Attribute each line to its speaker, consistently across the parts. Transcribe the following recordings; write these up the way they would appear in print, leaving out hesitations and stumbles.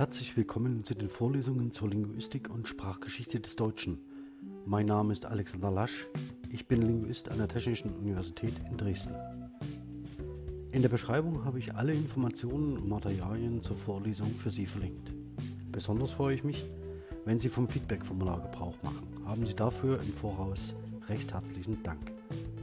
Speaker 1: Herzlich willkommen zu den Vorlesungen zur Linguistik und Sprachgeschichte des Deutschen. Mein Name ist Alexander Lasch, ich bin Linguist an der Technischen Universität in Dresden. In der Beschreibung habe ich alle Informationen und Materialien zur Vorlesung für Sie verlinkt. Besonders freue ich mich, wenn Sie vom Feedback-Formular Gebrauch machen. Haben Sie dafür im Voraus recht herzlichen Dank.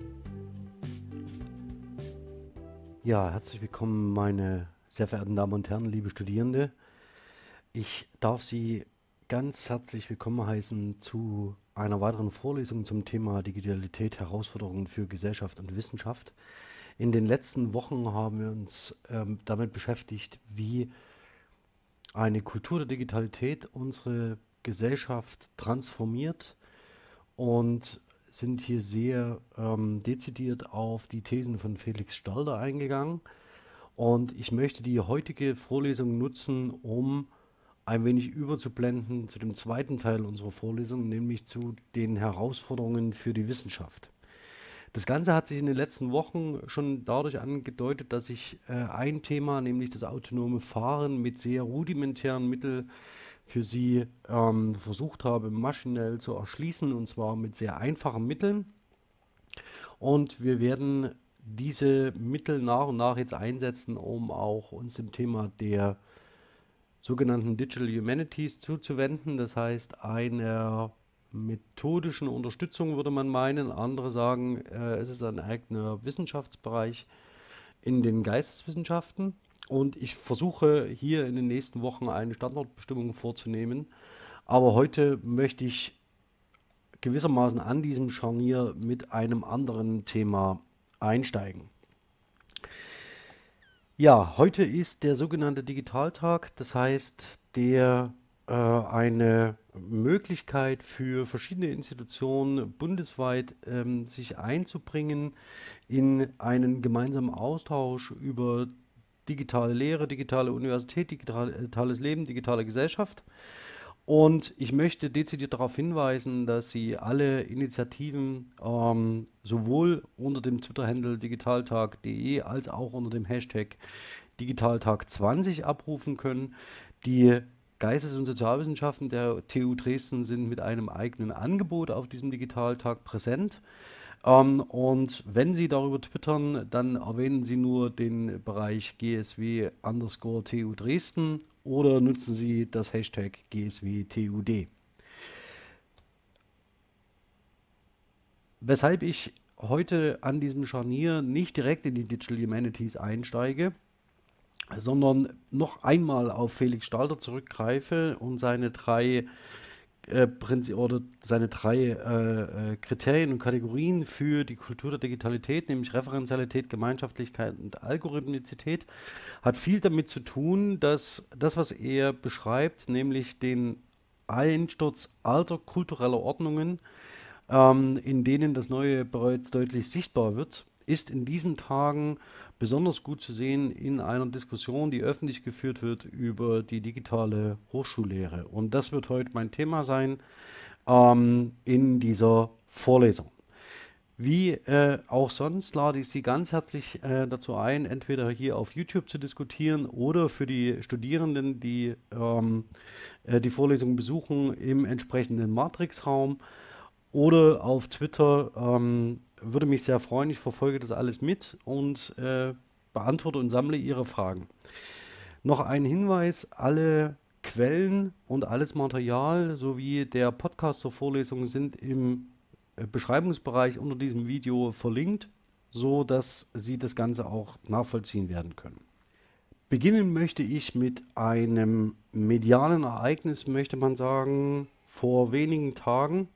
Speaker 1: Ja, herzlich willkommen, meine sehr verehrten Damen und Herren, liebe Studierende. Ich darf Sie ganz herzlich willkommen heißen zu einer weiteren Vorlesung zum Thema Digitalität, Herausforderungen für Gesellschaft und Wissenschaft. In den letzten Wochen haben wir uns damit beschäftigt, wie eine Kultur der Digitalität unsere Gesellschaft transformiert und sind hier sehr dezidiert auf die Thesen von Felix Stalder eingegangen. Und ich möchte die heutige Vorlesung nutzen, um ein wenig überzublenden zu dem zweiten Teil unserer Vorlesung, nämlich zu den Herausforderungen für die Wissenschaft. Das Ganze hat sich in den letzten Wochen schon dadurch angedeutet, dass ich ein Thema, nämlich das autonome Fahren, mit sehr rudimentären Mitteln für Sie versucht habe, maschinell zu erschließen, und zwar mit sehr einfachen Mitteln. Und wir werden diese Mittel nach und nach jetzt einsetzen, um auch uns dem Thema der sogenannten Digital Humanities zuzuwenden. Das heißt, einer methodischen Unterstützung würde man meinen. Andere sagen, es ist ein eigener Wissenschaftsbereich in den Geisteswissenschaften. Und ich versuche hier in den nächsten Wochen eine Standortbestimmung vorzunehmen. Aber heute möchte ich gewissermaßen an diesem Scharnier mit einem anderen Thema einsteigen. Ja, heute ist der sogenannte Digitaltag, das heißt, eine Möglichkeit für verschiedene Institutionen bundesweit sich einzubringen in einen gemeinsamen Austausch über digitale Lehre, digitale Universität, digitales Leben, digitale Gesellschaft. Und ich möchte dezidiert darauf hinweisen, dass Sie alle Initiativen sowohl unter dem Twitter-Handle digitaltag.de als auch unter dem Hashtag Digitaltag20 abrufen können. Die Geistes- und Sozialwissenschaften der TU Dresden sind mit einem eigenen Angebot auf diesem Digitaltag präsent. Und wenn Sie darüber twittern, dann erwähnen Sie nur den Bereich GSW_TU Dresden oder nutzen Sie das Hashtag GSWTUD. Weshalb ich heute an diesem Scharnier nicht direkt in die Digital Humanities einsteige, sondern noch einmal auf Felix Stalder zurückgreife und seine drei Kriterien und Kategorien für die Kultur der Digitalität, nämlich Referenzialität, Gemeinschaftlichkeit und Algorithmizität, hat viel damit zu tun, dass das, was er beschreibt, nämlich den Einsturz alter kultureller Ordnungen, in denen das Neue bereits deutlich sichtbar wird, ist in diesen Tagen besonders gut zu sehen in einer Diskussion, die öffentlich geführt wird über die digitale Hochschullehre. Und das wird heute mein Thema sein in dieser Vorlesung. Wie auch sonst lade ich Sie ganz herzlich dazu ein, entweder hier auf YouTube zu diskutieren oder für die Studierenden, die die Vorlesung besuchen, im entsprechenden Matrix-Raum oder auf Twitter. Würde mich sehr freuen. Ich verfolge das alles mit und beantworte und sammle Ihre Fragen. Noch ein Hinweis: Alle Quellen und alles Material sowie der Podcast zur Vorlesung sind im Beschreibungsbereich unter diesem Video verlinkt, so dass Sie das Ganze auch nachvollziehen werden können. Beginnen möchte ich mit einem medialen Ereignis, möchte man sagen, vor wenigen Tagen.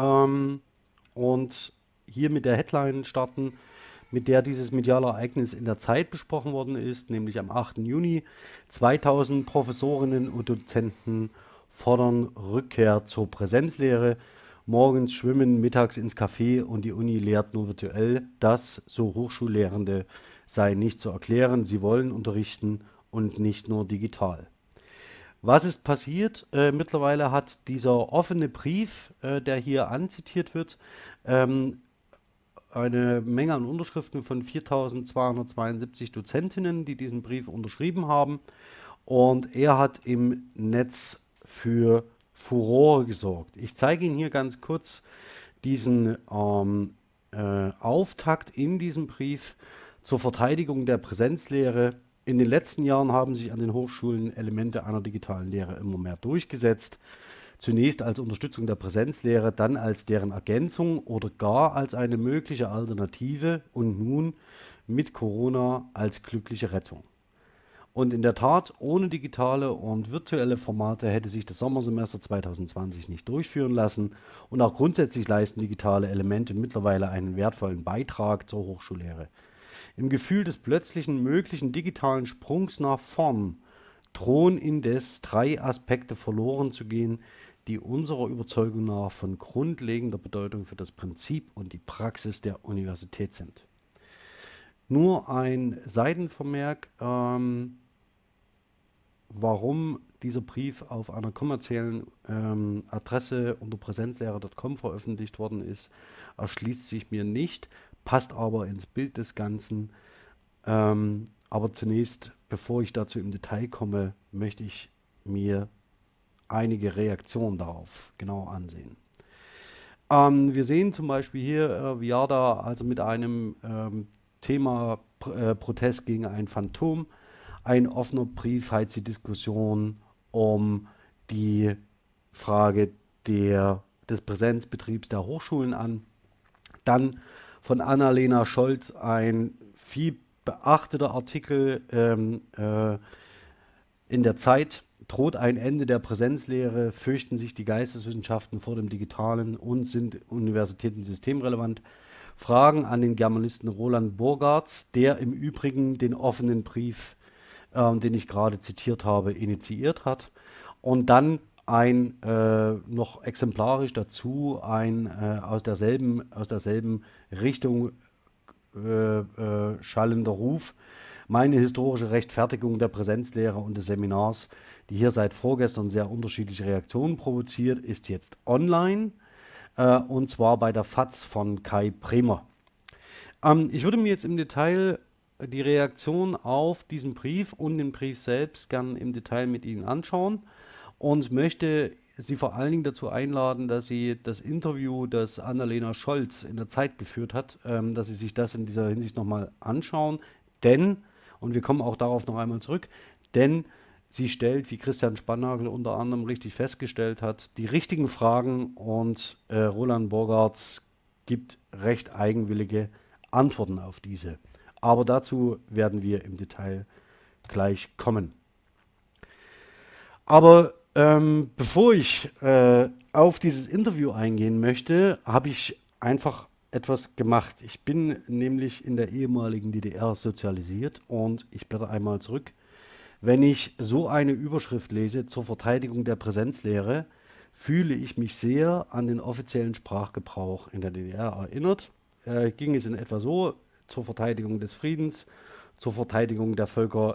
Speaker 1: Und hier mit der Headline starten, mit der dieses mediale Ereignis in der Zeit besprochen worden ist, nämlich am 8. Juni. 2000 Professorinnen und Dozenten fordern Rückkehr zur Präsenzlehre. Morgens schwimmen, mittags ins Café und die Uni lehrt nur virtuell. Das, so Hochschullehrende, sei nicht zu erklären. Sie wollen unterrichten und nicht nur digital. Was ist passiert? Mittlerweile hat dieser offene Brief, der hier anzitiert wird, ähm, eine Menge an Unterschriften von 4.272 Dozentinnen, die diesen Brief unterschrieben haben. und er hat im Netz für Furore gesorgt. Ich zeige Ihnen hier ganz kurz diesen Auftakt in diesem Brief zur Verteidigung der Präsenzlehre. In den letzten Jahren haben sich an den Hochschulen Elemente einer digitalen Lehre immer mehr durchgesetzt. Zunächst als Unterstützung der Präsenzlehre, dann als deren Ergänzung oder gar als eine mögliche Alternative und nun mit Corona als glückliche Rettung. Und in der Tat, ohne digitale und virtuelle Formate hätte sich das Sommersemester 2020 nicht durchführen lassen. Und auch grundsätzlich leisten digitale Elemente mittlerweile einen wertvollen Beitrag zur Hochschullehre. Im Gefühl des plötzlichen möglichen digitalen Sprungs nach vorn drohen indes drei Aspekte verloren zu gehen, die unserer Überzeugung nach von grundlegender Bedeutung für das Prinzip und die Praxis der Universität sind. Nur ein Seitenvermerk, warum dieser Brief auf einer kommerziellen Adresse unter präsenzlehre.com veröffentlicht worden ist, erschließt sich mir nicht, passt aber ins Bild des Ganzen. Aber zunächst, bevor ich dazu im Detail komme, möchte ich mir einige Reaktionen darauf genau ansehen. Wir sehen zum Beispiel hier Viada also mit einem Thema Protest gegen ein Phantom. Ein offener Brief heizt die Diskussion um die Frage des Präsenzbetriebs der Hochschulen an. Dann von Annalena Scholz ein viel beachteter Artikel in der Zeit. Droht ein Ende der Präsenzlehre, fürchten sich die Geisteswissenschaften vor dem Digitalen und sind Universitäten systemrelevant. Fragen an den Germanisten Roland Burgartz, der im Übrigen den offenen Brief, den ich gerade zitiert habe, initiiert hat. Und dann ein noch exemplarisch dazu ein aus derselben Richtung schallender Ruf. Meine historische Rechtfertigung der Präsenzlehre und des Seminars, die hier seit vorgestern sehr unterschiedliche Reaktionen provoziert, ist jetzt online und zwar bei der FAZ von Kai Bremer. Ich würde mir jetzt im Detail die Reaktion auf diesen Brief und den Brief selbst gern im Detail mit Ihnen anschauen und möchte Sie vor allen Dingen dazu einladen, dass Sie das Interview, das Annalena Scholz in der Zeit geführt hat, dass Sie sich das in dieser Hinsicht nochmal anschauen. Denn, und wir kommen auch darauf noch einmal zurück, denn sie stellt, wie Christian Spannagel unter anderem richtig festgestellt hat, die richtigen Fragen und Roland Burgartz gibt recht eigenwillige Antworten auf diese. Aber dazu werden wir im Detail gleich kommen. Aber bevor ich auf dieses Interview eingehen möchte, habe ich einfach etwas gemacht. Ich bin nämlich in der ehemaligen DDR sozialisiert und ich blätter einmal zurück. Wenn ich so eine Überschrift lese zur Verteidigung der Präsenzlehre, fühle ich mich sehr an den offiziellen Sprachgebrauch in der DDR erinnert. Ging es in etwa so: zur Verteidigung des Friedens, zur Verteidigung der Völker,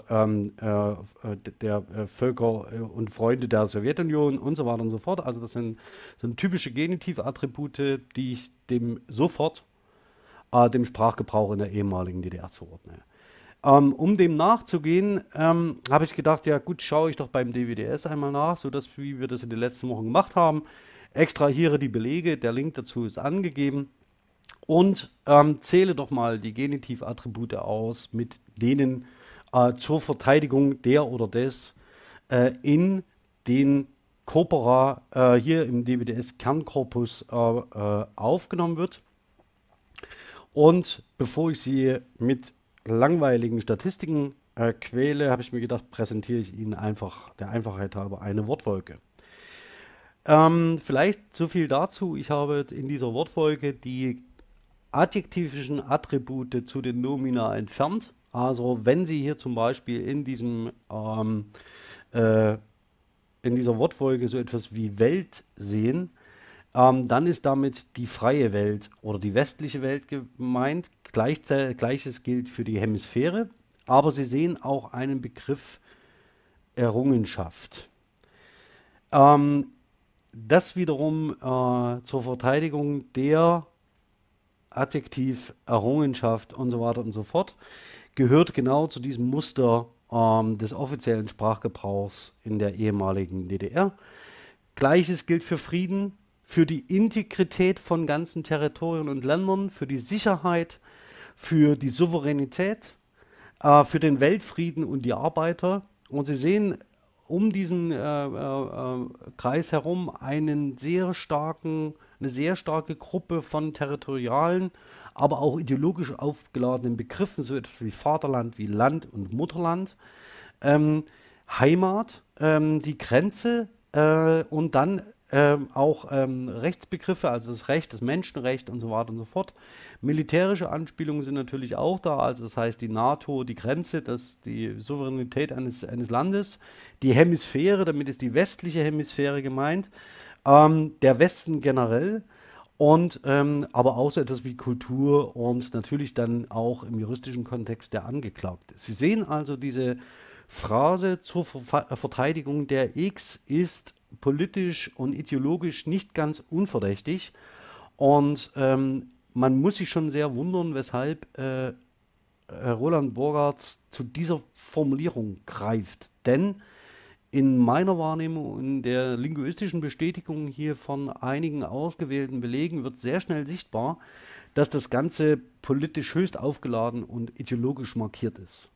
Speaker 1: Völker und Freunde der Sowjetunion und so weiter und so fort. Also das sind typische Genitivattribute, die ich sofort dem Sprachgebrauch in der ehemaligen DDR zuordne. Um dem nachzugehen, habe ich gedacht, ja gut, schaue ich doch beim DWDS einmal nach, wie wir das in den letzten Wochen gemacht haben. Extrahiere die Belege, der Link dazu ist angegeben. Und zähle doch mal die Genitivattribute aus, mit denen zur Verteidigung der oder des in den Corpora hier im DWDS-Kernkorpus aufgenommen wird. Und bevor ich Sie mit langweiligen Statistiken quäle, habe ich mir gedacht, präsentiere ich Ihnen einfach der Einfachheit halber eine Wortwolke. Vielleicht so viel dazu. Ich habe in dieser Wortwolke die adjektivischen Attribute zu den Nomina entfernt. Also wenn Sie hier zum Beispiel in dieser Wortfolge so etwas wie Welt sehen, dann ist damit die freie Welt oder die westliche Welt gemeint. Gleiches gilt für die Hemisphäre, aber Sie sehen auch einen Begriff Errungenschaft. Das wiederum zur Verteidigung der Adjektiv, Errungenschaft und so weiter und so fort, gehört genau zu diesem Muster des offiziellen Sprachgebrauchs in der ehemaligen DDR. Gleiches gilt für Frieden, für die Integrität von ganzen Territorien und Ländern, für die Sicherheit, für die Souveränität, für den Weltfrieden und die Arbeiter. Und Sie sehen um diesen Kreis herum eine sehr starke Gruppe von territorialen, aber auch ideologisch aufgeladenen Begriffen, so etwas wie Vaterland, wie Land und Mutterland, ähm, Heimat, die Grenze und dann auch Rechtsbegriffe, also das Recht, das Menschenrecht und so weiter und so fort. Militärische Anspielungen sind natürlich auch da, also das heißt die NATO, die Grenze, die Souveränität eines Landes, die Hemisphäre, damit ist die westliche Hemisphäre gemeint, der Westen generell und aber auch so etwas wie Kultur und natürlich dann auch im juristischen Kontext der Angeklagte. Sie sehen also diese Phrase zur Verteidigung der X ist politisch und ideologisch nicht ganz unverdächtig und man muss sich schon sehr wundern, weshalb Roland Borgartz zu dieser Formulierung greift. Denn in meiner Wahrnehmung, in der linguistischen Bestätigung hier von einigen ausgewählten Belegen wird sehr schnell sichtbar, dass das Ganze politisch höchst aufgeladen und ideologisch markiert ist.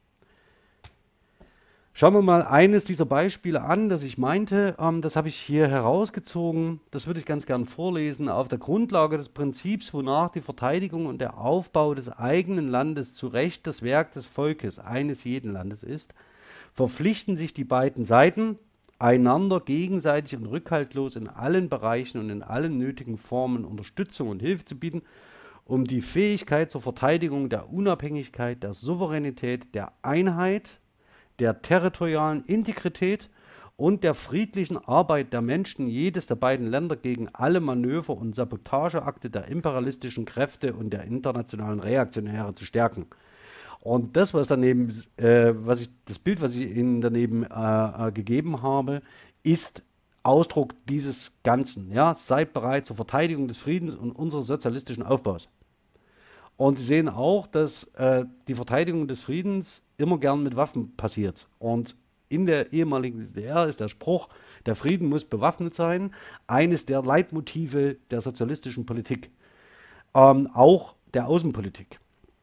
Speaker 1: Schauen wir mal eines dieser Beispiele an, das ich meinte. Das habe ich hier herausgezogen. Das würde ich ganz gern vorlesen. Auf der Grundlage des Prinzips, wonach die Verteidigung und der Aufbau des eigenen Landes zu Recht das Werk des Volkes eines jeden Landes ist, verpflichten sich die beiden Seiten, einander gegenseitig und rückhaltlos in allen Bereichen und in allen nötigen Formen Unterstützung und Hilfe zu bieten, um die Fähigkeit zur Verteidigung der Unabhängigkeit, der Souveränität, der Einheit, der territorialen Integrität und der friedlichen Arbeit der Menschen jedes der beiden Länder gegen alle Manöver und Sabotageakte der imperialistischen Kräfte und der internationalen Reaktionäre zu stärken. Und das, was daneben, das Bild, was ich Ihnen daneben gegeben habe, ist Ausdruck dieses Ganzen. Ja? Seid bereit zur Verteidigung des Friedens und unseres sozialistischen Aufbaus. Und Sie sehen auch, dass die Verteidigung des Friedens immer gern mit Waffen passiert. Und in der ehemaligen DDR ist der Spruch, der Frieden muss bewaffnet sein, eines der Leitmotive der sozialistischen Politik, auch der Außenpolitik.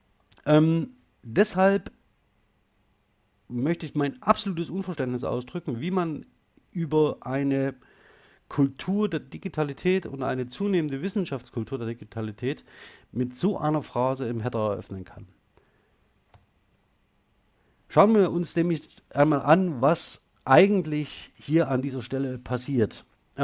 Speaker 1: Deshalb möchte ich mein absolutes Unverständnis ausdrücken, wie man über eine Kultur der Digitalität und eine zunehmende Wissenschaftskultur der Digitalität mit so einer Phrase im Header eröffnen kann. Schauen wir uns nämlich einmal an, was eigentlich hier an dieser Stelle passiert.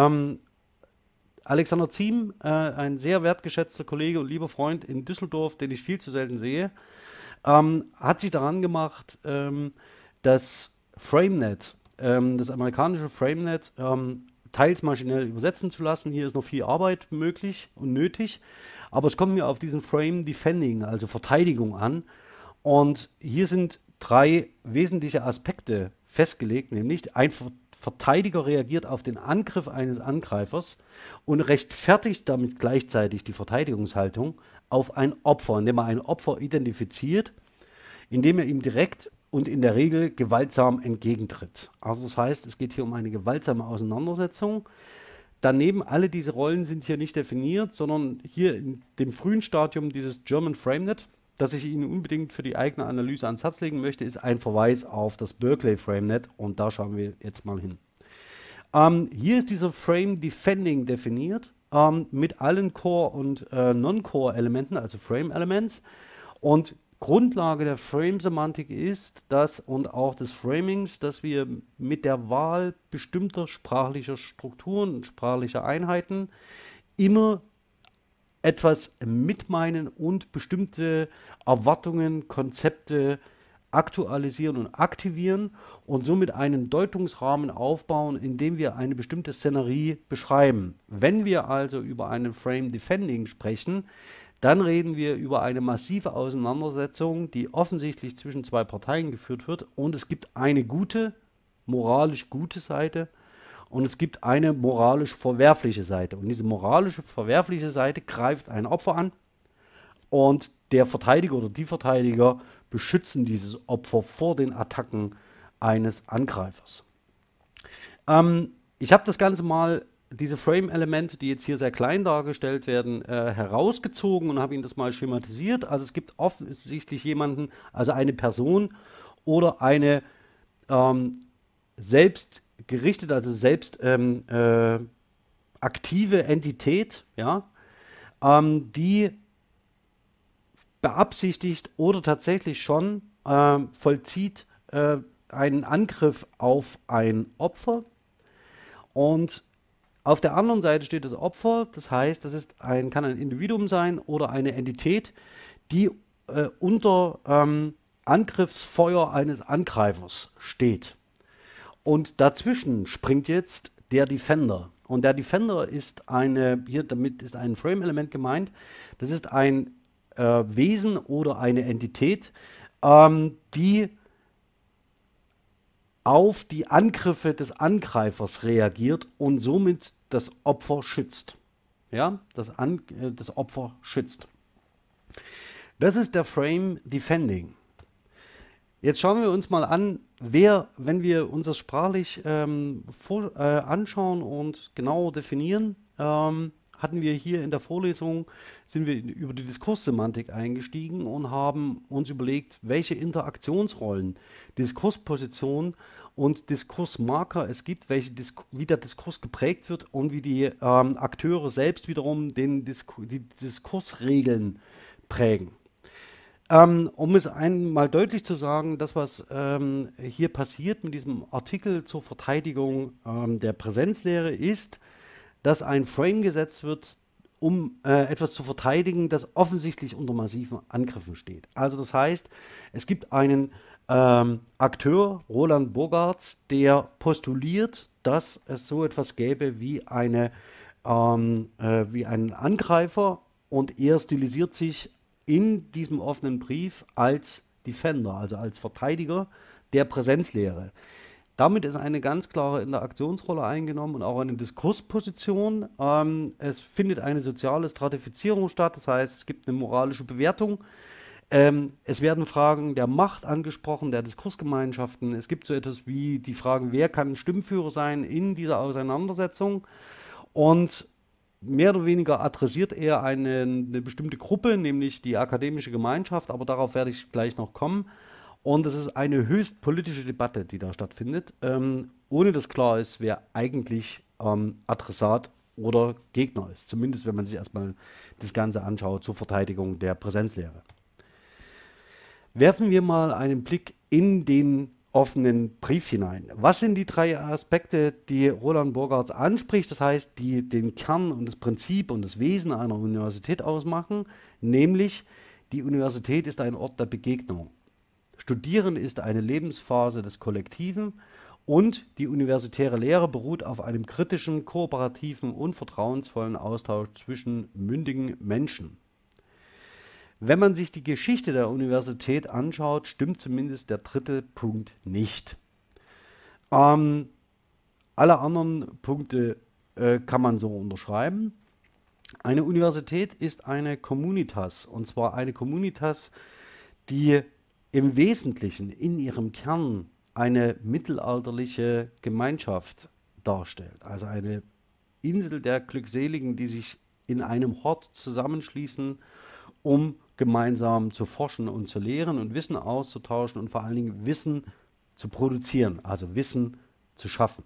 Speaker 1: Alexander Ziem, ein sehr wertgeschätzter Kollege und lieber Freund in Düsseldorf, den ich viel zu selten sehe, hat sich daran gemacht, das FrameNet, das amerikanische FrameNet, teils maschinell übersetzen zu lassen. Hier ist noch viel Arbeit möglich und nötig, aber es kommt mir auf diesen Frame Defending, also Verteidigung an. Und hier sind drei wesentliche Aspekte festgelegt, nämlich ein Verteidiger reagiert auf den Angriff eines Angreifers und rechtfertigt damit gleichzeitig die Verteidigungshaltung auf ein Opfer, indem er ein Opfer identifiziert, indem er ihm direkt und in der Regel gewaltsam entgegentritt. Also das heißt, es geht hier um eine gewaltsame Auseinandersetzung. Daneben, alle diese Rollen sind hier nicht definiert, sondern hier in dem frühen Stadium dieses German FrameNet, das ich Ihnen unbedingt für die eigene Analyse ans Herz legen möchte, ist ein Verweis auf das Berkeley FrameNet und da schauen wir jetzt mal hin. Hier ist dieser Frame Defending definiert mit allen Core- und Non-Core-Elementen, also Frame-Elements. Und Grundlage der Frame-Semantik ist, und auch des Framings, dass wir mit der Wahl bestimmter sprachlicher Strukturen und sprachlicher Einheiten immer etwas mitmeinen und bestimmte Erwartungen, Konzepte aktualisieren und aktivieren und somit einen Deutungsrahmen aufbauen, in dem wir eine bestimmte Szenerie beschreiben. Wenn wir also über einen Frame Defending sprechen, dann reden wir über eine massive Auseinandersetzung, die offensichtlich zwischen zwei Parteien geführt wird und es gibt eine gute, moralisch gute Seite und es gibt eine moralisch verwerfliche Seite. Und diese moralische verwerfliche Seite greift ein Opfer an und der Verteidiger oder die Verteidiger beschützen dieses Opfer vor den Attacken eines Angreifers. Ich habe das Ganze mal, diese Frame-Elemente, die jetzt hier sehr klein dargestellt werden, herausgezogen und habe Ihnen das mal schematisiert. Also es gibt offensichtlich jemanden, also eine Person oder eine ähm, selbst gerichtete, also selbst aktive Entität, ja, die beabsichtigt oder tatsächlich schon vollzieht einen Angriff auf ein Opfer. Und auf der anderen Seite steht das Opfer, das heißt, kann ein Individuum sein oder eine Entität, die unter Angriffsfeuer eines Angreifers steht. Und dazwischen springt jetzt der Defender. Und der Defender ist damit ist ein Frame-Element gemeint. Das ist ein Wesen oder eine Entität, die auf die Angriffe des Angreifers reagiert und somit das Opfer schützt. Ja, das Opfer schützt. Das ist der Frame Defending. Jetzt schauen wir uns mal an, wenn wir uns das sprachlich anschauen und genau definieren, hatten wir hier in der Vorlesung, sind wir über die Diskurssemantik eingestiegen und haben uns überlegt, welche Interaktionsrollen, Diskurspositionen und Diskursmarker es gibt, wie der Diskurs geprägt wird und wie die Akteure selbst wiederum die Diskursregeln prägen. Um es einmal deutlich zu sagen, das, was hier passiert mit diesem Artikel zur Verteidigung der Präsenzlehre, ist, dass ein Frame gesetzt wird, um etwas zu verteidigen, das offensichtlich unter massiven Angriffen steht. Also das heißt, es gibt einen Akteur, Roland Burgartz, der postuliert, dass es so etwas gäbe wie wie einen Angreifer, und er stilisiert sich in diesem offenen Brief als Defender, also als Verteidiger der Präsenzlehre. Damit ist eine ganz klare Interaktionsrolle eingenommen und auch eine Diskursposition. Es findet eine soziale Stratifizierung statt, das heißt, es gibt eine moralische Bewertung. Es werden Fragen der Macht angesprochen, der Diskursgemeinschaften. Es gibt so etwas wie die Fragen, wer kann Stimmführer sein in dieser Auseinandersetzung. Und mehr oder weniger adressiert er eine bestimmte Gruppe, nämlich die akademische Gemeinschaft, aber darauf werde ich gleich noch kommen. Und es ist eine höchst politische Debatte, die da stattfindet, ohne dass klar ist, wer eigentlich Adressat oder Gegner ist. Zumindest, wenn man sich erstmal das Ganze anschaut zur Verteidigung der Präsenzlehre. Werfen wir mal einen Blick in den offenen Brief hinein. Was sind die drei Aspekte, die Roland Burgartz anspricht, das heißt, die den Kern und das Prinzip und das Wesen einer Universität ausmachen? Nämlich, die Universität ist ein Ort der Begegnung. Studieren ist eine Lebensphase des Kollektiven und die universitäre Lehre beruht auf einem kritischen, kooperativen und vertrauensvollen Austausch zwischen mündigen Menschen. Wenn man sich die Geschichte der Universität anschaut, stimmt zumindest der dritte Punkt nicht. Alle anderen Punkte kann man so unterschreiben. Eine Universität ist eine Communitas, und zwar eine Communitas, die im Wesentlichen in ihrem Kern eine mittelalterliche Gemeinschaft darstellt. Also eine Insel der Glückseligen, die sich in einem Hort zusammenschließen, um gemeinsam zu forschen und zu lehren und Wissen auszutauschen und vor allen Dingen Wissen zu produzieren, also Wissen zu schaffen.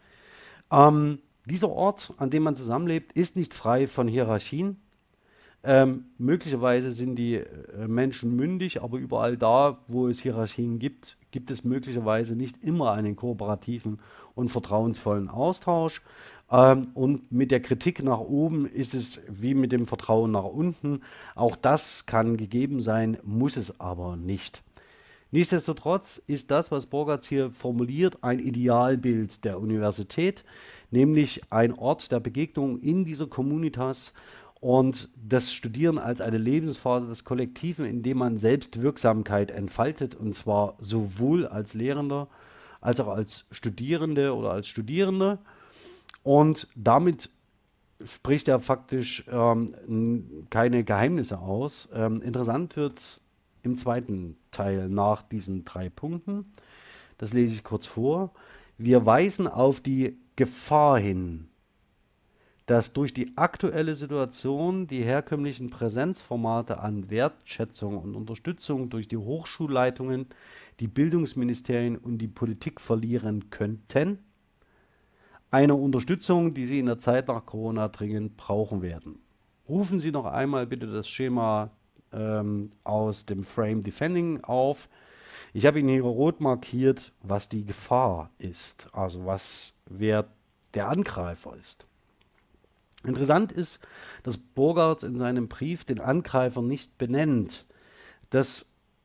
Speaker 1: Dieser Ort, an dem man zusammenlebt, ist nicht frei von Hierarchien. Möglicherweise sind die Menschen mündig, aber überall da, wo es Hierarchien gibt, gibt es möglicherweise nicht immer einen kooperativen und vertrauensvollen Austausch. Und mit der Kritik nach oben ist es wie mit dem Vertrauen nach unten. Auch das kann gegeben sein, muss es aber nicht. Nichtsdestotrotz ist das, was Burgartz hier formuliert, ein Idealbild der Universität, nämlich ein Ort der Begegnung in dieser Communitas und das Studieren als eine Lebensphase des Kollektiven, in dem man Selbstwirksamkeit entfaltet, und zwar sowohl als Lehrender als auch als Studierende oder als Studierende. Und damit spricht er faktisch keine Geheimnisse aus. Interessant wird es im zweiten Teil nach diesen drei Punkten. das lese ich kurz vor. Wir weisen auf die Gefahr hin, dass durch die aktuelle Situation die herkömmlichen Präsenzformate an Wertschätzung und Unterstützung durch die Hochschulleitungen, die Bildungsministerien und die Politik verlieren könnten. Eine Unterstützung, die Sie in der Zeit nach Corona dringend brauchen werden. Rufen Sie noch einmal bitte das Schema aus dem Frame Defending auf. Ich habe Ihnen hier rot markiert, was die Gefahr ist, also wer der Angreifer ist. Interessant ist, dass Burgartz in seinem Brief den Angreifer nicht benennt. Das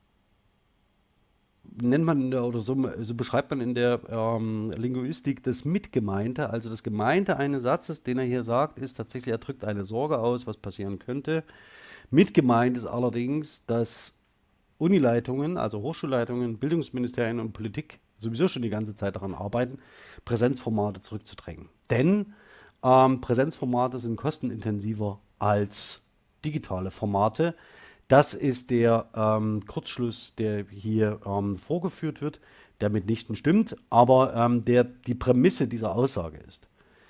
Speaker 1: nennt man oder so beschreibt man in der Linguistik das Mitgemeinte. Also das Gemeinte eines Satzes, den er hier sagt, ist tatsächlich, er drückt eine Sorge aus, was passieren könnte. Mitgemeint ist allerdings, dass Unileitungen, also Hochschulleitungen, Bildungsministerien und Politik sowieso schon die ganze Zeit daran arbeiten, Präsenzformate zurückzudrängen. Denn Präsenzformate sind kostenintensiver als digitale Formate. Das ist der Kurzschluss, der hier vorgeführt wird, der mitnichten stimmt, aber der die Prämisse dieser Aussage ist.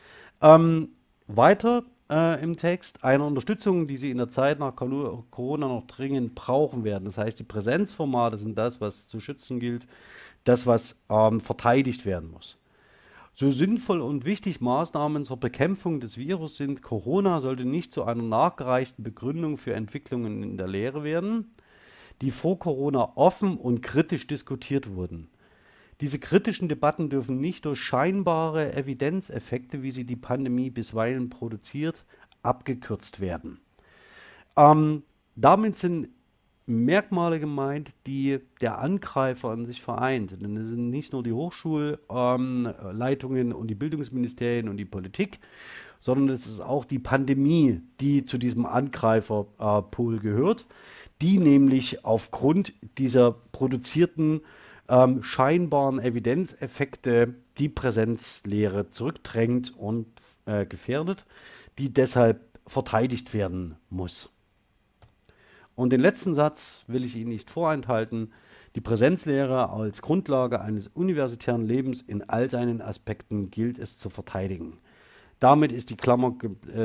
Speaker 1: Weiter im Text, eine Unterstützung, die Sie in der Zeit nach Corona noch dringend brauchen werden. Das heißt, die Präsenzformate sind das, was zu schützen gilt, das, was verteidigt werden muss. So sinnvoll und wichtig Maßnahmen zur Bekämpfung des Virus sind, Corona sollte nicht zu einer nachgereichten Begründung für Entwicklungen in der Lehre werden, die vor Corona offen und kritisch diskutiert wurden. Diese kritischen Debatten dürfen nicht durch scheinbare Evidenzeffekte, wie sie die Pandemie bisweilen produziert, abgekürzt werden. Damit sind Merkmale gemeint, die der Angreifer an sich vereint. Denn es sind nicht nur die Hochschulleitungen und die Bildungsministerien und die Politik, sondern es ist auch die Pandemie, die zu diesem Angreiferpool gehört, die nämlich aufgrund dieser produzierten scheinbaren Evidenzeffekte die Präsenzlehre zurückdrängt und gefährdet, die deshalb verteidigt werden muss. Und den letzten Satz will ich Ihnen nicht vorenthalten. Die Präsenzlehre als Grundlage eines universitären Lebens in all seinen Aspekten gilt es zu verteidigen. Damit ist die Klammer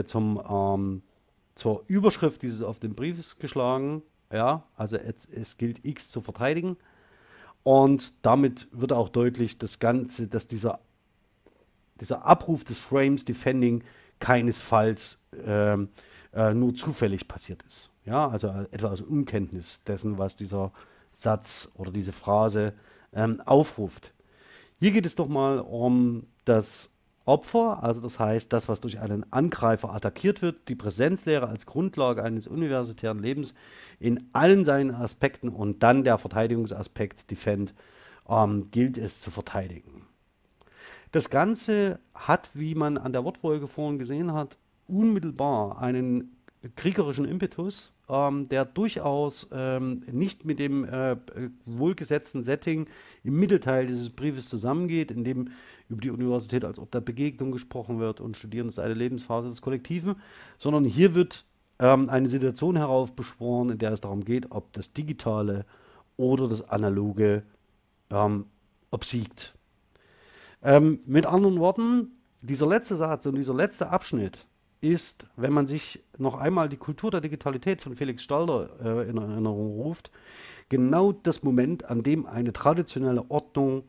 Speaker 1: zur Überschrift dieses auf den Brief geschlagen. Ja, also es gilt X zu verteidigen. Und damit wird auch deutlich, dass dieser Abruf des Frames Defending keinesfalls nur zufällig passiert ist. Ja, also etwa aus Unkenntnis dessen, was dieser Satz oder diese Phrase aufruft. Hier geht es doch mal um das Opfer, also das heißt, das, was durch einen Angreifer attackiert wird, die Präsenzlehre als Grundlage eines universitären Lebens in allen seinen Aspekten und dann der Verteidigungsaspekt Defend, gilt es zu verteidigen. Das Ganze hat, wie man an der Wortfolge vorhin gesehen hat, unmittelbar einen kriegerischen Impetus, der durchaus nicht mit dem wohlgesetzten Setting im Mittelteil dieses Briefes zusammengeht, in dem über die Universität als Ort der Begegnung gesprochen wird und Studieren ist eine Lebensphase des Kollektiven, sondern hier wird eine Situation heraufbeschworen, in der es darum geht, ob das Digitale oder das Analoge obsiegt. Mit anderen Worten, dieser letzte Satz und dieser letzte Abschnitt ist, wenn man sich noch einmal die Kultur der Digitalität von Felix Stalder in Erinnerung ruft, genau das Moment, an dem eine traditionelle Ordnung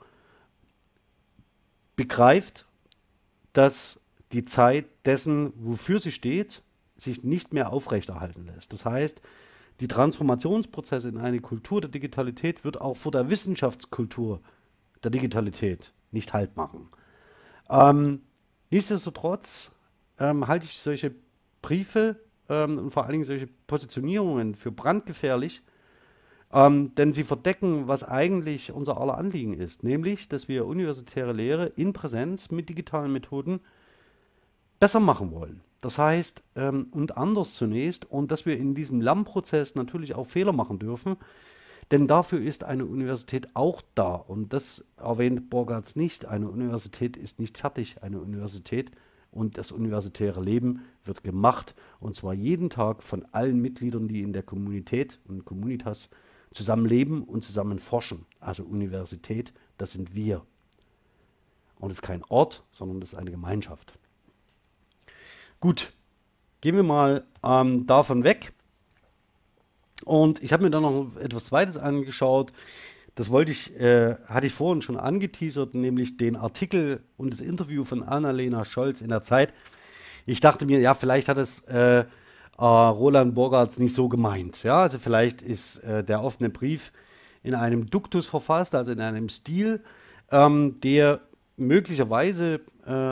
Speaker 1: begreift, dass die Zeit dessen, wofür sie steht, sich nicht mehr aufrechterhalten lässt. Das heißt, die Transformationsprozesse in eine Kultur der Digitalität wird auch vor der Wissenschaftskultur der Digitalität nicht Halt machen. Nichtsdestotrotz halte ich solche Briefe und vor allen Dingen solche Positionierungen für brandgefährlich, denn sie verdecken, was eigentlich unser aller Anliegen ist, nämlich, dass wir universitäre Lehre in Präsenz mit digitalen Methoden besser machen wollen. Das heißt, und anders zunächst, und dass wir in diesem Lernprozess natürlich auch Fehler machen dürfen, denn dafür ist eine Universität auch da. Und das erwähnt Burgartz nicht. Eine Universität ist nicht fertig. Eine Universität und das universitäre Leben wird gemacht. Und zwar jeden Tag von allen Mitgliedern, die in der Kommunität und Communitas zusammen leben und zusammen forschen. Also Universität, das sind wir. Und es ist kein Ort, sondern es ist eine Gemeinschaft. Gut, gehen wir mal davon weg. Und ich habe mir dann noch etwas Zweites angeschaut. Das hatte ich vorhin schon angeteasert, nämlich den Artikel und das Interview von Annalena Scholz in der Zeit. Ich dachte mir, ja, vielleicht hat es Roland Borgartz nicht so gemeint. Ja, also vielleicht ist der offene Brief in einem Duktus verfasst, also in einem Stil, der möglicherweise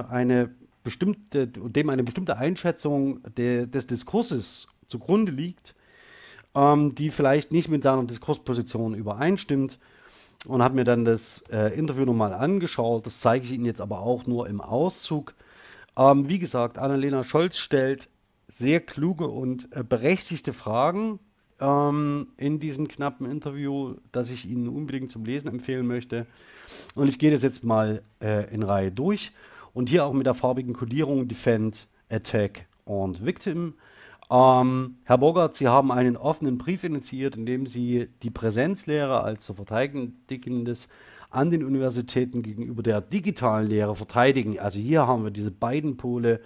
Speaker 1: dem eine bestimmte Einschätzung des Diskurses zugrunde liegt, die vielleicht nicht mit seiner Diskursposition übereinstimmt, und habe mir dann das Interview nochmal angeschaut. Das zeige ich Ihnen jetzt aber auch nur im Auszug. Wie gesagt, Annalena Scholz stellt sehr kluge und berechtigte Fragen in diesem knappen Interview, das ich Ihnen unbedingt zum Lesen empfehlen möchte. Und ich gehe das jetzt mal in Reihe durch. Und hier auch mit der farbigen Kodierung Defend, Attack und Victim. Herr Bogart, Sie haben einen offenen Brief initiiert, in dem Sie die Präsenzlehre als zu verteidigendes an den Universitäten gegenüber der digitalen Lehre verteidigen. Also hier haben wir diese beiden Pole,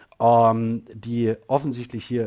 Speaker 1: die offensichtlich hier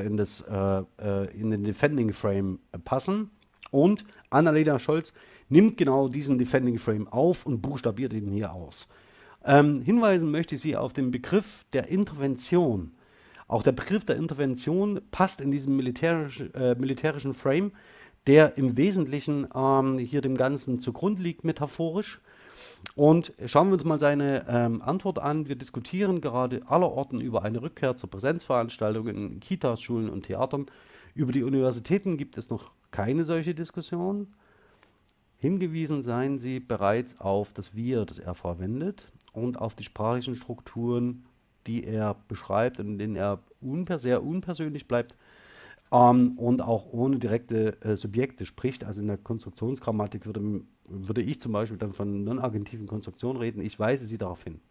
Speaker 1: in den Defending Frame passen. Und Annalena Scholz nimmt genau diesen Defending Frame auf und buchstabiert ihn hier aus. Hinweisen möchte ich Sie auf den Begriff der Intervention. Auch der Begriff der Intervention passt in diesen militärischen Frame, der im Wesentlichen hier dem Ganzen zugrunde liegt, metaphorisch. Und schauen wir uns mal seine Antwort an. Wir diskutieren gerade allerorten über eine Rückkehr zur Präsenzveranstaltung in Kitas, Schulen und Theatern. Über die Universitäten gibt es noch keine solche Diskussion. Hingewiesen seien Sie bereits auf das Wir, das er verwendet, und auf die sprachlichen Strukturen, die er beschreibt und in denen er sehr unpersönlich bleibt und auch ohne direkte Subjekte spricht. Also in der Konstruktionsgrammatik würde ich zum Beispiel dann von non-agentiven Konstruktionen reden. Ich weise Sie darauf hin.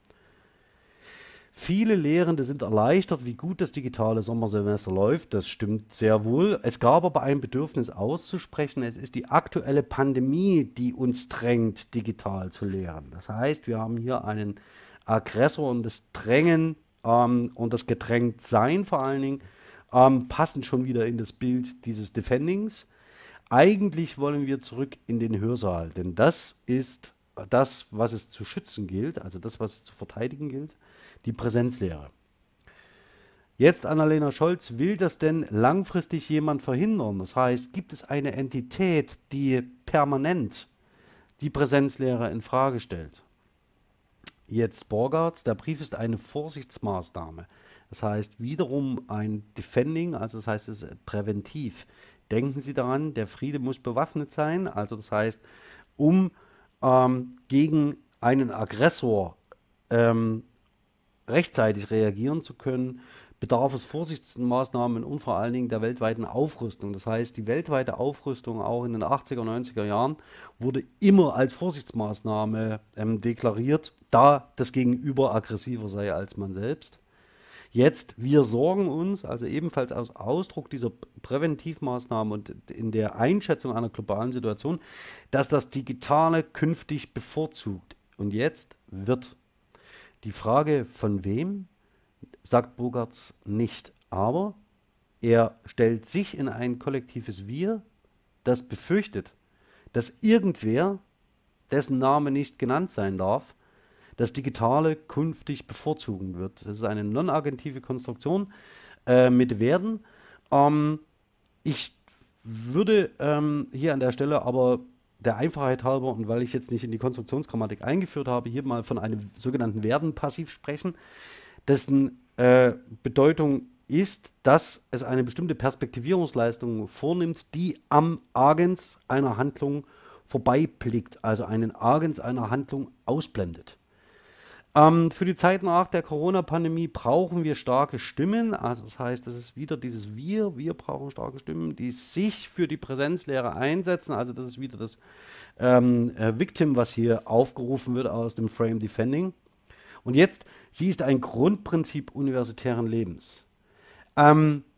Speaker 1: Viele Lehrende sind erleichtert, wie gut das digitale Sommersemester läuft. Das stimmt sehr wohl. Es gab aber ein Bedürfnis auszusprechen. Es ist die aktuelle Pandemie, die uns drängt, digital zu lehren. Das heißt, wir haben hier einen Aggressor, und das Drängen und das Gedrängtsein vor allen Dingen passen schon wieder in das Bild dieses Defendings. Eigentlich wollen wir zurück in den Hörsaal, denn das ist das, was es zu schützen gilt, also das, was es zu verteidigen gilt, die Präsenzlehre. Jetzt, Annalena Scholz, will das denn langfristig jemand verhindern? Das heißt, gibt es eine Entität, die permanent die Präsenzlehre in Frage stellt? Jetzt Borgartz, der Brief ist eine Vorsichtsmaßnahme. Das heißt wiederum ein Defending, also das heißt es ist präventiv. Denken Sie daran, der Friede muss bewaffnet sein, also das heißt, um gegen einen Aggressor rechtzeitig reagieren zu können, bedarf es Vorsichtsmaßnahmen und vor allen Dingen der weltweiten Aufrüstung. Das heißt, die weltweite Aufrüstung auch in den 80er, 90er Jahren wurde immer als Vorsichtsmaßnahme deklariert, da das Gegenüber aggressiver sei als man selbst. Jetzt, wir sorgen uns, also ebenfalls als Ausdruck dieser Präventivmaßnahmen und in der Einschätzung einer globalen Situation, dass das Digitale künftig bevorzugt. Und jetzt wird die Frage von wem, sagt Bogartz nicht, aber er stellt sich in ein kollektives Wir, das befürchtet, dass irgendwer, dessen Name nicht genannt sein darf, das Digitale künftig bevorzugen wird. Das ist eine non-agentive Konstruktion mit Werden. Ich würde hier an der Stelle aber der Einfachheit halber und weil ich jetzt nicht in die Konstruktionsgrammatik eingeführt habe, hier mal von einem sogenannten Werden-Passiv sprechen, dessen Bedeutung ist, dass es eine bestimmte Perspektivierungsleistung vornimmt, die am Agens einer Handlung vorbeiblickt, also einen Agens einer Handlung ausblendet. Für die Zeit nach der Corona-Pandemie brauchen wir starke Stimmen. Also das heißt, das ist wieder dieses Wir brauchen starke Stimmen, die sich für die Präsenzlehre einsetzen. Also das ist wieder das Victim, was hier aufgerufen wird aus dem Frame Defending. Und jetzt, sie ist ein Grundprinzip universitären Lebens.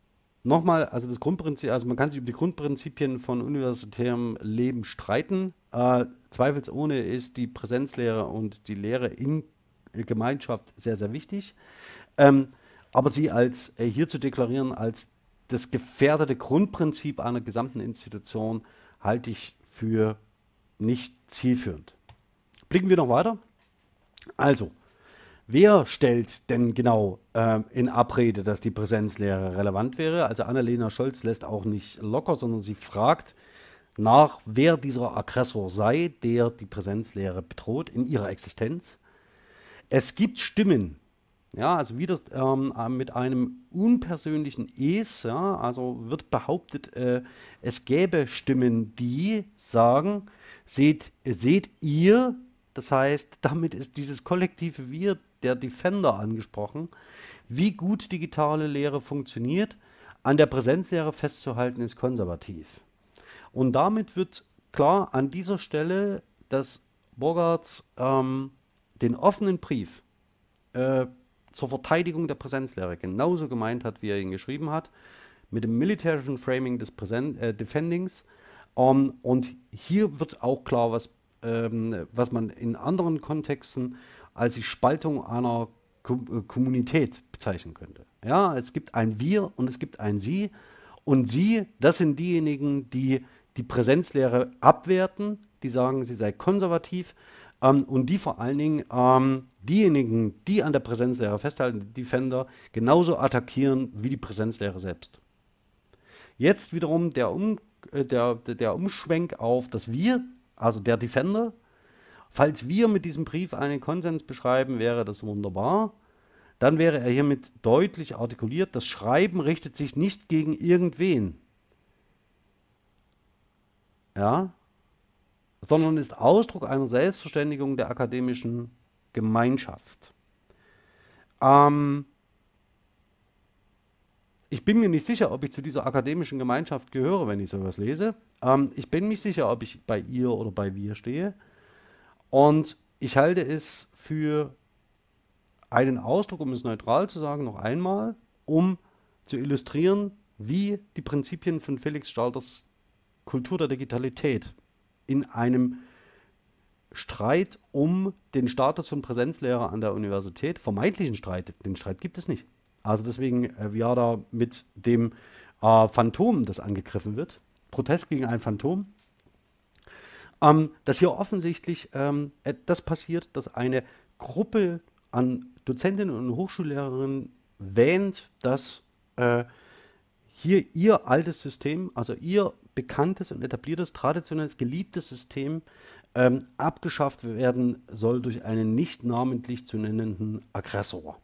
Speaker 1: nochmal, also das Grundprinzip, also man kann sich über die Grundprinzipien von universitärem Leben streiten. Zweifelsohne ist die Präsenzlehre und die Lehre in Gemeinschaft sehr, sehr wichtig. Ähm, aber sie als hier zu deklarieren als das gefährdete Grundprinzip einer gesamten Institution halte ich für nicht zielführend. Blicken wir noch weiter. Also, wer stellt denn genau in Abrede, dass die Präsenzlehre relevant wäre? Also Annalena Scholz lässt auch nicht locker, sondern sie fragt nach, wer dieser Aggressor sei, der die Präsenzlehre bedroht in ihrer Existenz. Es gibt Stimmen, ja, also wieder mit einem unpersönlichen Es, ja, also wird behauptet, es gäbe Stimmen, die sagen, seht ihr, das heißt, damit ist dieses kollektive Wir, der Defender angesprochen, wie gut digitale Lehre funktioniert, an der Präsenzlehre festzuhalten, ist konservativ. Und damit wird klar an dieser Stelle, dass Bogarts den offenen Brief äh, zur Verteidigung der Präsenzlehre genauso gemeint hat, wie er ihn geschrieben hat, mit dem militärischen Framing des Defendings. Und hier wird auch klar, was man in anderen Kontexten als die Spaltung einer Kommunität bezeichnen könnte. Ja, es gibt ein Wir und es gibt ein Sie. Und Sie, das sind diejenigen, die die Präsenzlehre abwerten, die sagen, sie sei konservativ und die vor allen Dingen diejenigen, die an der Präsenzlehre festhalten, die Defender, genauso attackieren wie die Präsenzlehre selbst. Jetzt wiederum der Umschwenk auf das Wir, also der Defender. Falls wir mit diesem Brief einen Konsens beschreiben, wäre das wunderbar. Dann wäre er hiermit deutlich artikuliert, das Schreiben richtet sich nicht gegen irgendwen, ja, sondern ist Ausdruck einer Selbstverständigung der akademischen Gemeinschaft. Ähm, ich bin mir nicht sicher, ob ich zu dieser akademischen Gemeinschaft gehöre, wenn ich sowas lese. Ich bin nicht sicher, ob ich bei ihr oder bei wir stehe. Und ich halte es für einen Ausdruck, um es neutral zu sagen, noch einmal, um zu illustrieren, wie die Prinzipien von Felix Stalters Kultur der Digitalität in einem Streit um den Status von Präsenzlehrer an der Universität, vermeintlichen Streit, den Streit gibt es nicht. Also deswegen Viada mit dem Phantom, das angegriffen wird, Protest gegen ein Phantom, dass hier offensichtlich das passiert, dass eine Gruppe an Dozentinnen und Hochschullehrerinnen wähnt, dass hier ihr altes System, also ihr bekanntes und etabliertes, traditionelles, geliebtes System abgeschafft werden soll durch einen nicht namentlich zu nennenden Aggressor.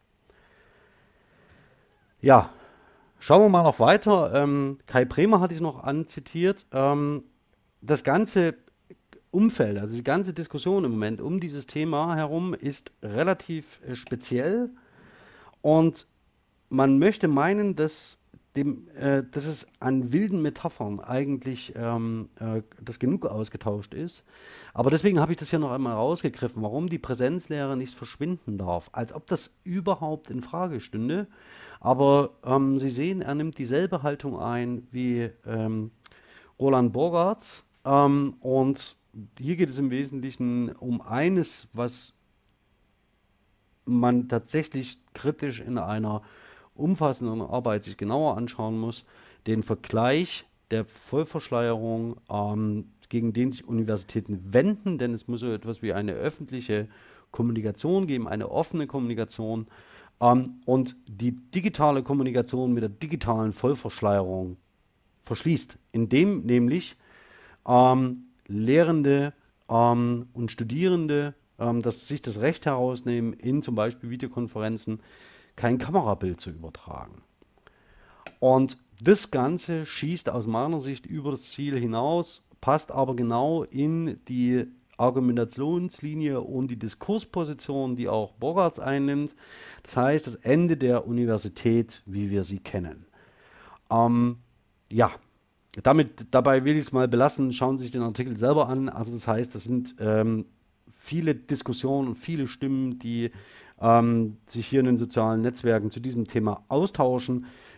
Speaker 1: Ja, schauen wir mal noch weiter. Kai Bremer hatte ich noch anzitiert. Das ganze Umfeld, also die ganze Diskussion im Moment um dieses Thema herum ist relativ speziell und man möchte meinen, dass es an wilden Metaphern eigentlich das genug ausgetauscht ist. Aber deswegen habe ich das hier noch einmal rausgegriffen, warum die Präsenzlehre nicht verschwinden darf. Als ob das überhaupt in Frage stünde. Aber Sie sehen, er nimmt dieselbe Haltung ein wie Roland Borgartz. Und hier geht es im Wesentlichen um eines, was man tatsächlich kritisch in einer umfassenden Arbeit sich genauer anschauen muss, den Vergleich der Vollverschleierung, gegen den sich Universitäten wenden, denn es muss so etwas wie eine öffentliche Kommunikation geben, eine offene Kommunikation und die digitale Kommunikation mit der digitalen Vollverschleierung verschließt, indem nämlich Lehrende und Studierende sich das Recht herausnehmen, in zum Beispiel Videokonferenzen kein Kamerabild zu übertragen. Und das Ganze schießt aus meiner Sicht über das Ziel hinaus, passt aber genau in die Argumentationslinie und die Diskursposition, die auch Bogarts einnimmt. Das heißt, das Ende der Universität, wie wir sie kennen. Ja, dabei will ich es mal belassen. Schauen Sie sich den Artikel selber an. Also das heißt, das sind viele Diskussionen und viele Stimmen, die sich hier in den sozialen Netzwerken zu diesem Thema austauschen.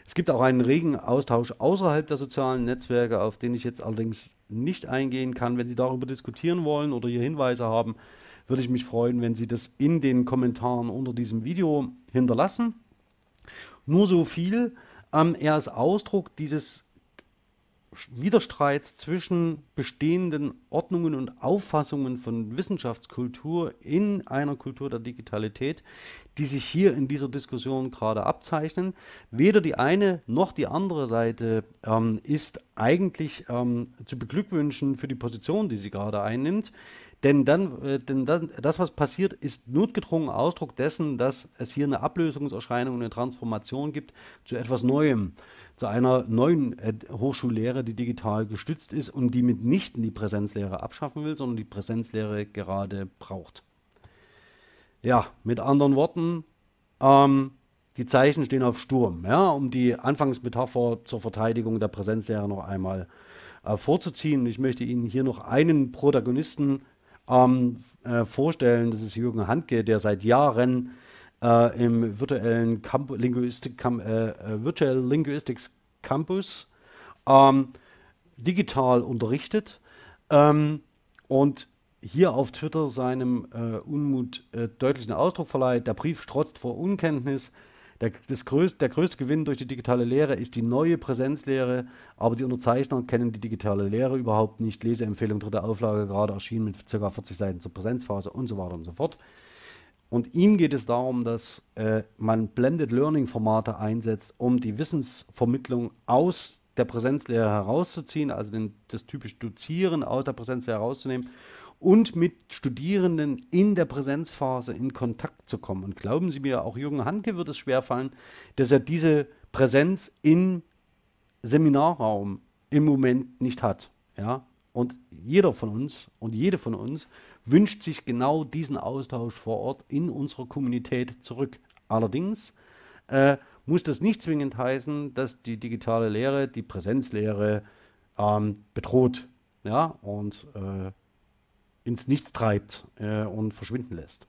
Speaker 1: Es gibt auch einen regen Austausch außerhalb der sozialen Netzwerke, auf den ich jetzt allerdings nicht eingehen kann. Wenn Sie darüber diskutieren wollen oder hier Hinweise haben, würde ich mich freuen, wenn Sie das in den Kommentaren unter diesem Video hinterlassen. Nur so viel. Er ist Ausdruck dieses Widerstreits zwischen bestehenden Ordnungen und Auffassungen von Wissenschaftskultur in einer Kultur der Digitalität, die sich hier in dieser Diskussion gerade abzeichnen. Weder die eine noch die andere Seite ist eigentlich zu beglückwünschen für die Position, die sie gerade einnimmt. Denn das, was passiert, ist notgedrungen Ausdruck dessen, dass es hier eine Ablösungserscheinung, eine Transformation gibt zu etwas Neuem, zu einer neuen Hochschullehre, die digital gestützt ist und die mitnichten die Präsenzlehre abschaffen will, sondern die Präsenzlehre gerade braucht. Ja, mit anderen Worten, ähm, die Zeichen stehen auf Sturm, ja, um die Anfangsmetapher zur Verteidigung der Präsenzlehre noch einmal vorzuziehen. Ich möchte Ihnen hier noch einen Protagonisten vorstellen. Das ist Jürgen Handke, der seit Jahren im Virtual Linguistics Campus ähm, digital unterrichtet und hier auf Twitter seinem Unmut deutlichen Ausdruck verleiht. Der Brief strotzt vor Unkenntnis. Der größte Gewinn durch die digitale Lehre ist die neue Präsenzlehre, aber die Unterzeichner kennen die digitale Lehre überhaupt nicht. Leseempfehlung, dritte Auflage, gerade erschienen mit ca. 40 Seiten zur Präsenzphase und so weiter und so fort. Und ihm geht es darum, dass man Blended Learning Formate einsetzt, um die Wissensvermittlung aus der Präsenzlehre herauszuziehen, also das typische Dozieren aus der Präsenzlehre herauszunehmen und mit Studierenden in der Präsenzphase in Kontakt zu kommen. Und glauben Sie mir, auch Jürgen Handke wird es schwerfallen, dass er diese Präsenz im Seminarraum im Moment nicht hat. Ja? Und jeder von uns und jede von uns wünscht sich genau diesen Austausch vor Ort in unserer Kommunität zurück. Allerdings muss das nicht zwingend heißen, dass die digitale Lehre, die Präsenzlehre bedroht, ja, und ins Nichts treibt und verschwinden lässt.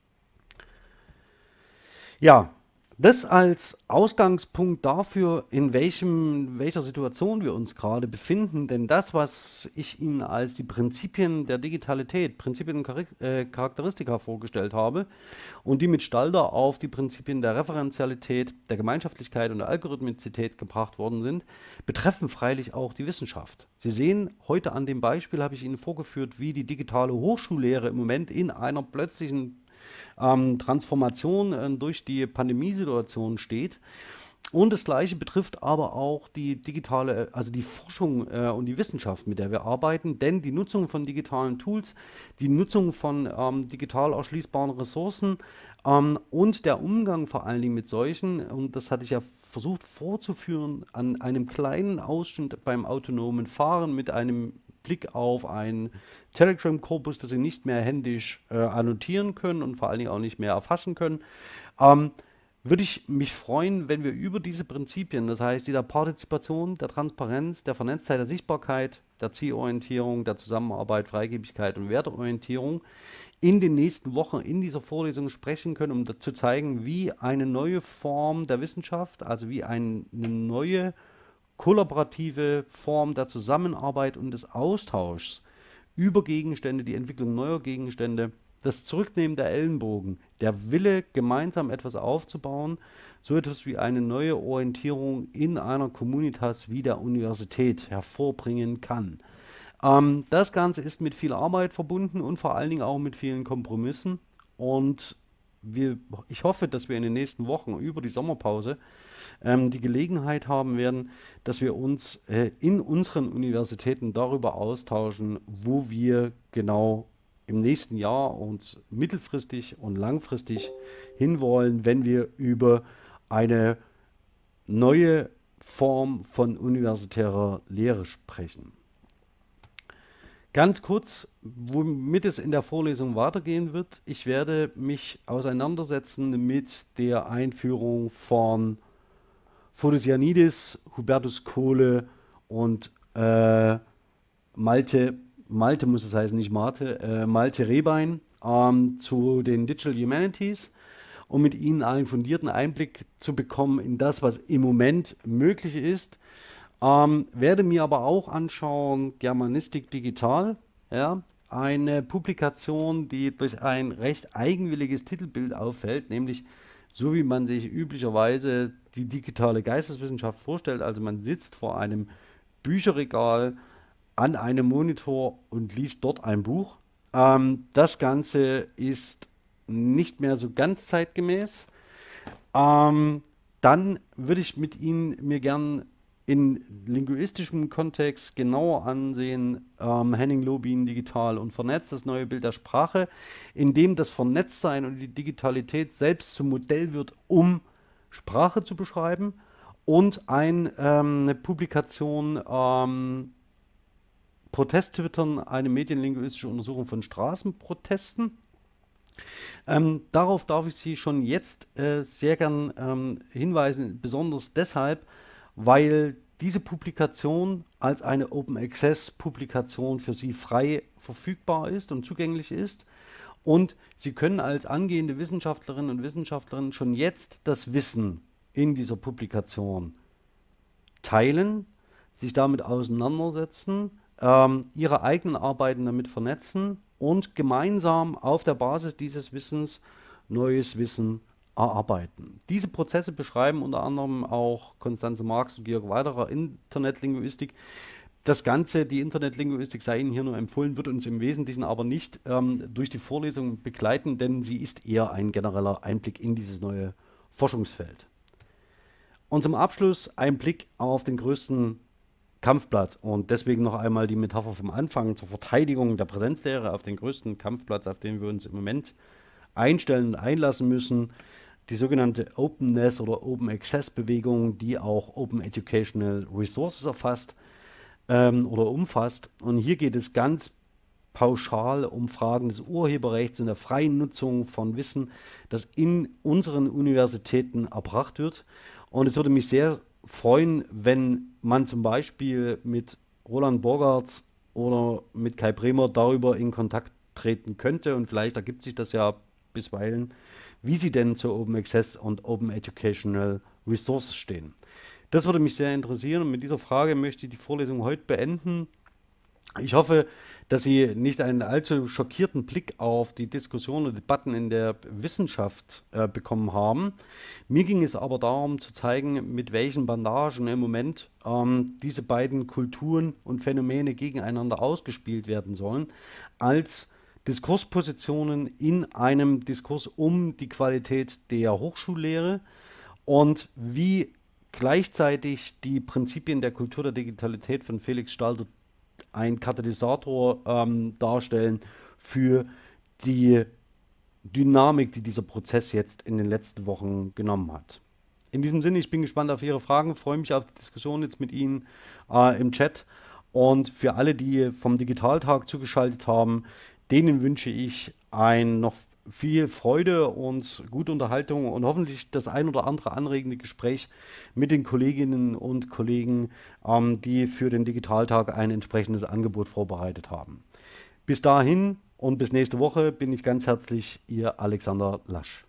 Speaker 1: Ja, das als Ausgangspunkt dafür, in welcher Situation wir uns gerade befinden. Denn das, was ich Ihnen als die Prinzipien der Digitalität, Prinzipien und Charakteristika vorgestellt habe und die mit Stalder auf die Prinzipien der Referenzialität, der Gemeinschaftlichkeit und der Algorithmizität gebracht worden sind, betreffen freilich auch die Wissenschaft. Sie sehen, heute an dem Beispiel habe ich Ihnen vorgeführt, wie die digitale Hochschullehre im Moment in einer plötzlichen Transformation durch die Pandemiesituation steht. Und das Gleiche betrifft aber auch die digitale, also die Forschung und die Wissenschaft, mit der wir arbeiten. Denn die Nutzung von digitalen Tools, die Nutzung von digital erschließbaren Ressourcen und der Umgang vor allen Dingen mit solchen, und das hatte ich ja versucht vorzuführen, an einem kleinen Ausschnitt beim autonomen Fahren mit einem Blick auf einen Telegram-Korpus, das Sie nicht mehr händisch annotieren können und vor allen Dingen auch nicht mehr erfassen können, ähm, würde ich mich freuen, wenn wir über diese Prinzipien, das heißt die der Partizipation, der Transparenz, der Vernetztheit, der Sichtbarkeit, der Zielorientierung, der Zusammenarbeit, Freigebigkeit und Werteorientierung in den nächsten Wochen in dieser Vorlesung sprechen können, um zu zeigen, wie eine neue Form der Wissenschaft, also wie eine neue kollaborative Form der Zusammenarbeit und des Austauschs über Gegenstände, die Entwicklung neuer Gegenstände, das Zurücknehmen der Ellenbogen, der Wille, gemeinsam etwas aufzubauen, so etwas wie eine neue Orientierung in einer Communitas wie der Universität hervorbringen kann. Das Ganze ist mit viel Arbeit verbunden und vor allen Dingen auch mit vielen Kompromissen. Und ich hoffe, dass wir in den nächsten Wochen über die Sommerpause die Gelegenheit haben werden, dass wir uns in unseren Universitäten darüber austauschen, wo wir genau im nächsten Jahr und mittelfristig und langfristig hinwollen, wenn wir über eine neue Form von universitärer Lehre sprechen. Ganz kurz, womit es in der Vorlesung weitergehen wird. Ich werde mich auseinandersetzen mit der Einführung von Photosyanides, Hubertus Kohle und Malte muss es heißen, nicht Marte, Malte Rehbein zu den Digital Humanities. um mit Ihnen einen fundierten Einblick zu bekommen in das, was im Moment möglich ist. Werde mir aber auch anschauen, Germanistik digital, ja, eine Publikation, die durch ein recht eigenwilliges Titelbild auffällt, nämlich so wie man sich üblicherweise die digitale Geisteswissenschaft vorstellt. Also man sitzt vor einem Bücherregal an einem Monitor und liest dort ein Buch. Das Ganze ist nicht mehr so ganz zeitgemäß. Ähm, Dann würde ich mit Ihnen mir gern in linguistischem Kontext genauer ansehen, Henning Lobin digital und vernetzt, das neue Bild der Sprache, in dem das Vernetztsein und die Digitalität selbst zum Modell wird, um Sprache zu beschreiben, und eine Publikation Protest-Twittern, eine medienlinguistische Untersuchung von Straßenprotesten. Darauf darf ich Sie schon jetzt sehr gern hinweisen, besonders deshalb, weil diese Publikation als eine Open Access Publikation für Sie frei verfügbar ist und zugänglich ist. Und Sie können als angehende Wissenschaftlerinnen und Wissenschaftler schon jetzt das Wissen in dieser Publikation teilen, sich damit auseinandersetzen, ihre eigenen Arbeiten damit vernetzen und gemeinsam auf der Basis dieses Wissens neues Wissen erarbeiten. Diese Prozesse beschreiben unter anderem auch Konstanze Marx und Georg Weiderer Internetlinguistik. Das Ganze, die Internetlinguistik sei Ihnen hier nur empfohlen, wird uns im Wesentlichen aber nicht durch die Vorlesung begleiten, denn sie ist eher ein genereller Einblick in dieses neue Forschungsfeld. Und zum Abschluss ein Blick auf den größten Kampfplatz und deswegen noch einmal die Metapher vom Anfang zur Verteidigung der Präsenzlehre auf den größten Kampfplatz, auf den wir uns im Moment einstellen und einlassen müssen, die sogenannte Openness oder Open Access Bewegung, die auch Open Educational Resources erfasst oder umfasst. Und hier geht es ganz pauschal um Fragen des Urheberrechts und der freien Nutzung von Wissen, das in unseren Universitäten erbracht wird. Und es würde mich sehr freuen, wenn man zum Beispiel mit Roland Borgartz oder mit Kai Bremer darüber in Kontakt treten könnte. Und vielleicht ergibt sich das ja bisweilen, wie sie denn zu Open Access und Open Educational Resources stehen. Das würde mich sehr interessieren und mit dieser Frage möchte ich die Vorlesung heute beenden. Ich hoffe, dass Sie nicht einen allzu schockierten Blick auf die Diskussionen und Debatten in der Wissenschaft bekommen haben. Mir ging es aber darum zu zeigen, mit welchen Bandagen im Moment diese beiden Kulturen und Phänomene gegeneinander ausgespielt werden sollen, als Diskurspositionen in einem Diskurs um die Qualität der Hochschullehre und wie gleichzeitig die Prinzipien der Kultur der Digitalität von Felix Stalder ein Katalysator darstellen für die Dynamik, die dieser Prozess jetzt in den letzten Wochen genommen hat. In diesem Sinne, ich bin gespannt auf Ihre Fragen, freue mich auf die Diskussion jetzt mit Ihnen im Chat. Und für alle, die vom Digitaltag zugeschaltet haben, denen wünsche ich ein noch viel Freude und gute Unterhaltung und hoffentlich das ein oder andere anregende Gespräch mit den Kolleginnen und Kollegen, die für den Digitaltag ein entsprechendes Angebot vorbereitet haben. Bis dahin und bis nächste Woche bin ich ganz herzlich Ihr Alexander Lasch.